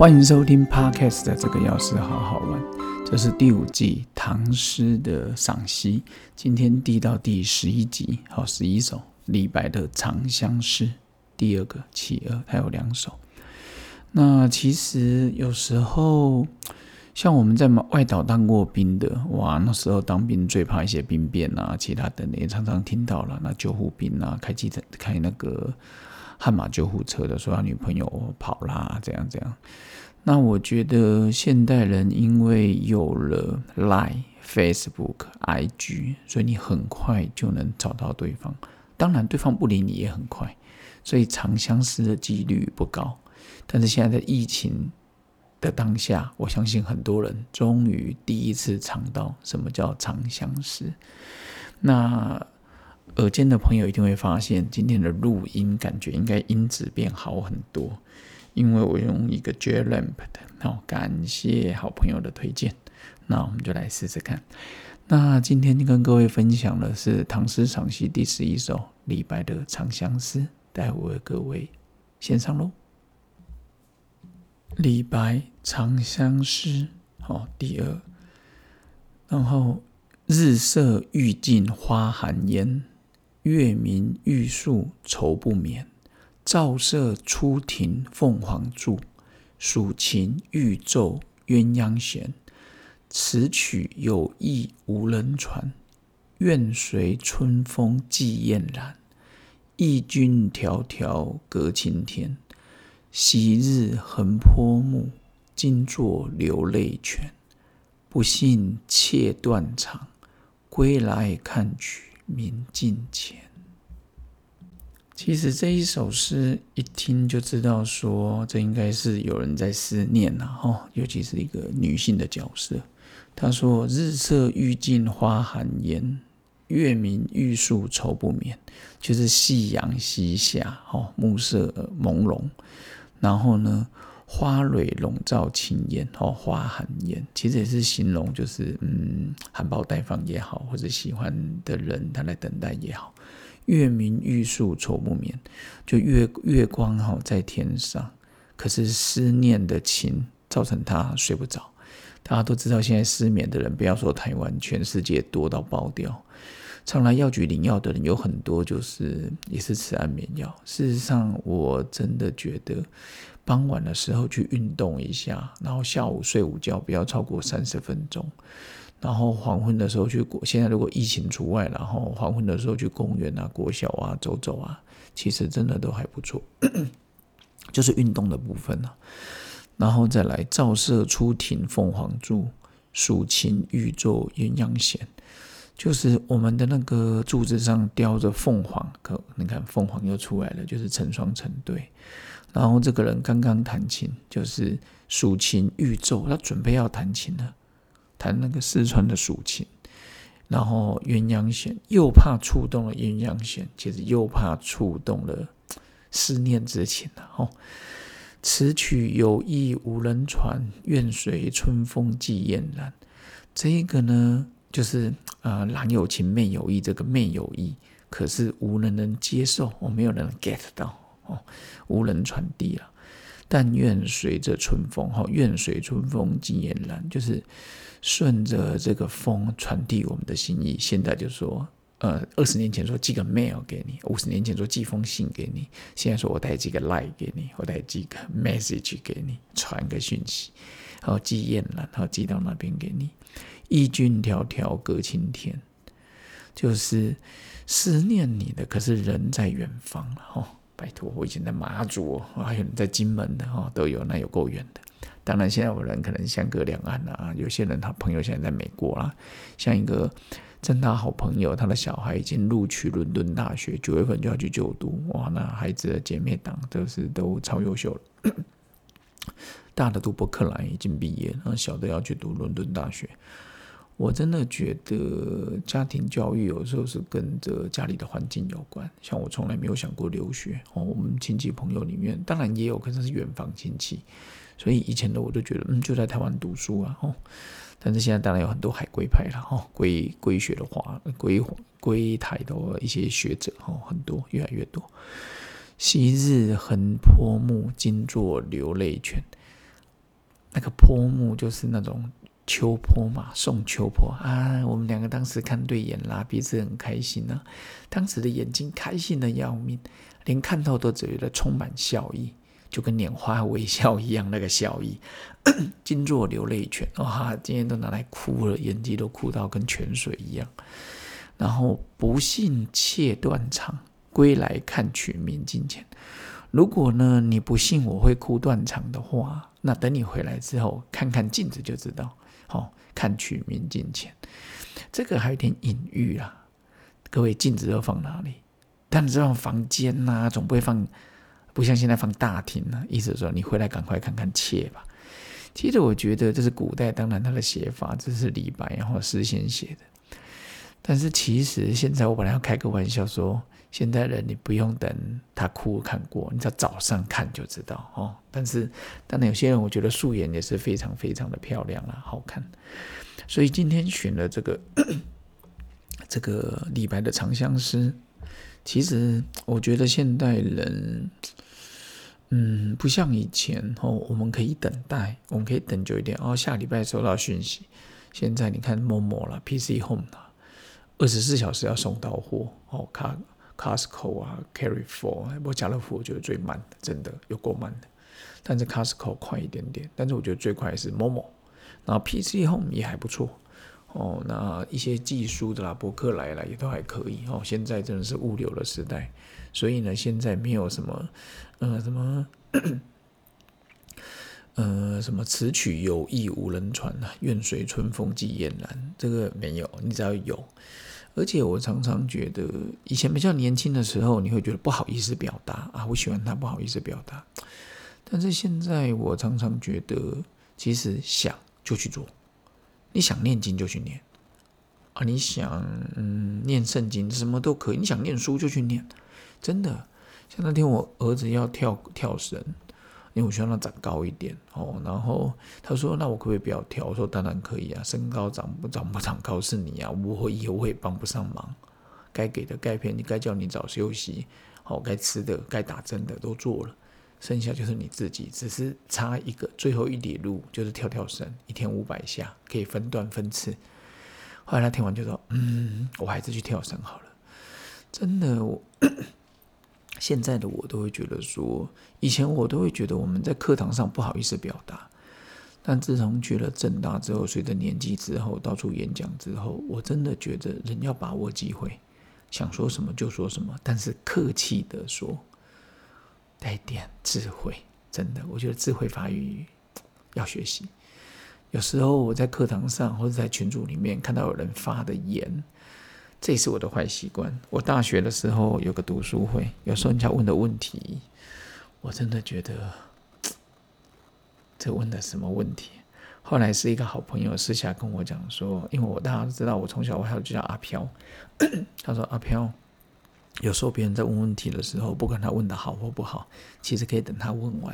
欢迎收听 Podcast 的这个钥匙好好玩，这是第5季唐诗的赏析，今天递到第11集，11首李白的《长相思》，第2个其二，它有2首。那其实有时候像我们在外岛当过兵的，哇，那时候当兵最怕一些兵变啊，其他的也常常听到了。那救护兵啊，开那个悍马救护车的，说他女朋友跑啦，这样。那我觉得现代人因为有了 Line、Facebook、IG， 所以你很快就能找到对方。当然，对方不理你也很快，所以长相思的几率不高。但是现在在疫情的当下，我相信很多人终于第一次尝到什么叫长相思。那耳尖的朋友一定会发现，今天的录音感觉应该音质变好很多，因为我用一个 J-Lamp 的，感谢好朋友的推荐。那我们就来试试看。那今天跟各位分享的是唐诗赏析第11首李白的《长相思》，待会为各位献上咯。李白《长相思》第2，然后日色欲尽花含烟，月明欲宿愁不眠。照射初停凤凰柱，蜀琴欲奏鸳鸯弦。此曲有意无人传，愿随春风寄燕然。忆君迢迢隔青天，昔日横波目，今作流泪泉。不信妾断肠，归来看取明镜前。其实这一首诗一听就知道说，这应该是有人在思念尤其是一个女性的角色。他说日色欲尽花含烟，月明欲宿愁不眠，就是夕阳西下，暮色朦胧，然后呢花蕊笼罩青烟，花含烟，其实也是形容就是含苞待放也好，或者喜欢的人他来等待也好。月明欲宿愁不眠，就月光在天上，可是思念的情造成他睡不着。大家都知道现在失眠的人，不要说台湾，全世界多到爆掉。常来药局领药的人有很多就是也是吃安眠药。事实上我真的觉得傍晚的时候去运动一下，然后下午睡午觉不要超过30分钟，然后黄昏的时候去现在如果疫情除外，然后黄昏的时候去公园啊、国小啊走走啊，其实真的都还不错就是运动的部分然后再来照射初停凤凰柱，蜀琴欲奏鸳鸯弦，就是我们的那个柱子上雕着凤凰，你看凤凰又出来了，就是成双成对。然后这个人刚刚弹琴，就是蜀琴欲奏，他准备要弹琴了，弹那个四川的蜀琴。然后鸳鸯弦，又怕触动了鸳鸯弦，其实又怕触动了思念之情此曲有意无人传，愿随春风寄燕然。这一个呢，就是郎有情妹有意，这个妹有意，可是无人能接受，没有人 get 到无人传递了。但愿随着春风愿随春风寄燕然，就是顺着这个风传递我们的心意。现在就说20年前说寄个 mail 给你，50年前说寄封信给你，现在说我带几个 line 给你，我带几个 message 给你，传个讯息，然后寄燕然，然后寄到那边给你。忆君迢迢隔青天，就是思念你的，可是人在远方拜托，我以前在马祖还有人在金门的都有，那有够远的。当然现在有人可能相隔两岸有些人他朋友现在在美国啦，像一个正大好朋友，他的小孩已经录取伦敦大学，9月份就要去就读，哇，那孩子的姐妹档都超优秀了大的读伯克莱已经毕业，然后小的要去读伦敦大学。我真的觉得家庭教育有时候是跟着家里的环境有关，像我从来没有想过留学我们亲戚朋友里面当然也有，可是是远房亲戚，所以以前的我都觉得就在台湾读书但是现在当然有很多海归派了归学的话，归台的一些学者很多，越来越多。昔日横波目，今作流泪泉。 那个泼墨就是那种秋波嘛，送秋波啊。我们两个当时看对眼啦，彼此很开心啊。当时的眼睛开心的要命，连看到都觉得充满笑意，就跟拈花微笑一样，那个笑意，噤若流泪泉。哇，今天都拿来哭了，眼睛都哭到跟泉水一样。然后不信妾断肠，归来看取明镜前。如果呢你不信我会哭断肠的话，那等你回来之后看看镜子就知道。看取明镜前，这个还有点隐喻啦。各位，镜子要放哪里？当然是放房间啦，总不会放，不像现在放大厅啦。意思说你回来赶快看看妾吧。其实我觉得这是古代，当然他的写法这是李白然后诗仙写的。但是其实现在我本来要开个玩笑说，现代人你不用等他哭看过，你只要早上看就知道。但是当然有些人我觉得素颜也是非常非常的漂亮啦，好看。所以今天选了这个李白的长相思。其实我觉得现代人不像以前我们可以等待，我们可以等久一点下礼拜收到讯息。现在你看 Momo 啦 PC Home 啦，24小时要送到货Costco 啊 Carrefour， 不过家乐福我觉得最慢的，真的有够慢的。但是 Costco 快一点点，但是我觉得最快是 Momo， 然后 PC Home 也还不错那一些技术的啦，博客来啦也都还可以现在真的是物流的时代，所以呢，现在没有什么什么此曲有意无人传愿随春风寄雁南，这个没有，你只要有。而且我常常觉得，以前比较年轻的时候，你会觉得不好意思表达我喜欢他，不好意思表达。但是现在我常常觉得，其实想就去做，你想念经就去念你想念圣经什么都可以，你想念书就去念，真的。像那天我儿子要跳绳，因为我希望他长高一点然后他说那我可不可以不要跳？我说当然可以啊，身高长不长高是你啊，我以后也帮不上忙，该给的该骗你，该叫你早休息该吃的该打针的都做了，剩下就是你自己，只是差一个最后一里路，就是跳绳，1天500下，可以分段分次。后来他听完就说我还是去跳绳好了。真的现在的我都会觉得说，以前我都会觉得我们在课堂上不好意思表达，但自从去了政大之后，随着年纪之后，到处演讲之后，我真的觉得人要把握机会，想说什么就说什么，但是客气的说，带点智慧。真的，我觉得智慧法语要学习。有时候我在课堂上或者在群组里面看到有人发的言，这也是我的坏习惯。我大学的时候有个读书会，有时候人家问的问题，我真的觉得这问的什么问题？后来是一个好朋友私下跟我讲说，因为大家都知道我从小外号就叫阿飘，他说阿飘，有时候别人在问问题的时候，不管他问的好或不好，其实可以等他问完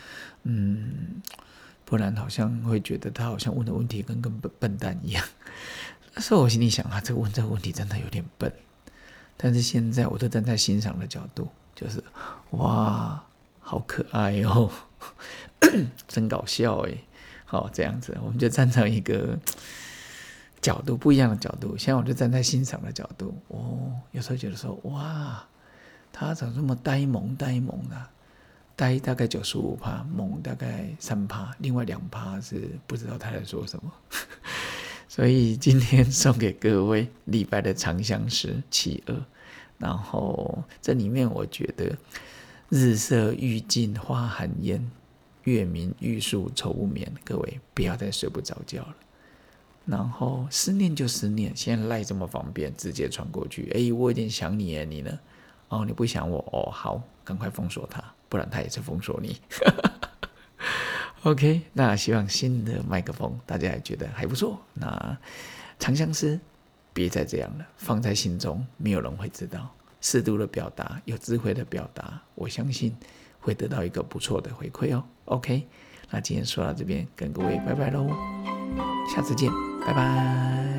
不然好像会觉得他好像问的问题跟笨蛋一样。那时候我心里想问这个问题真的有点笨。但是现在我都站在欣赏的角度，就是哇，好可爱真搞笑这样子，我们就站在一个角度不一样的角度。现在我就站在欣赏的角度有时候觉得说哇，他怎么这么呆萌呆大概 95%， 萌大概 3%， 另外 2% 是不知道他在说什么。所以今天送给各位李白的长相思其二，然后这里面我觉得日色欲尽花含烟，月明欲宿愁不眠，各位不要再睡不着觉了。然后思念就思念，现在赖这么方便，直接传过去。我有点想你你呢？你不想我好，赶快封锁他，不然他也是封锁你。OK， 那希望新的麦克风大家也觉得还不错。那长相思别再这样了，放在心中，没有人会知道。适度的表达，有智慧的表达，我相信会得到一个不错的回馈OK， 那今天说到这边，跟各位拜拜喽，下次见，拜拜。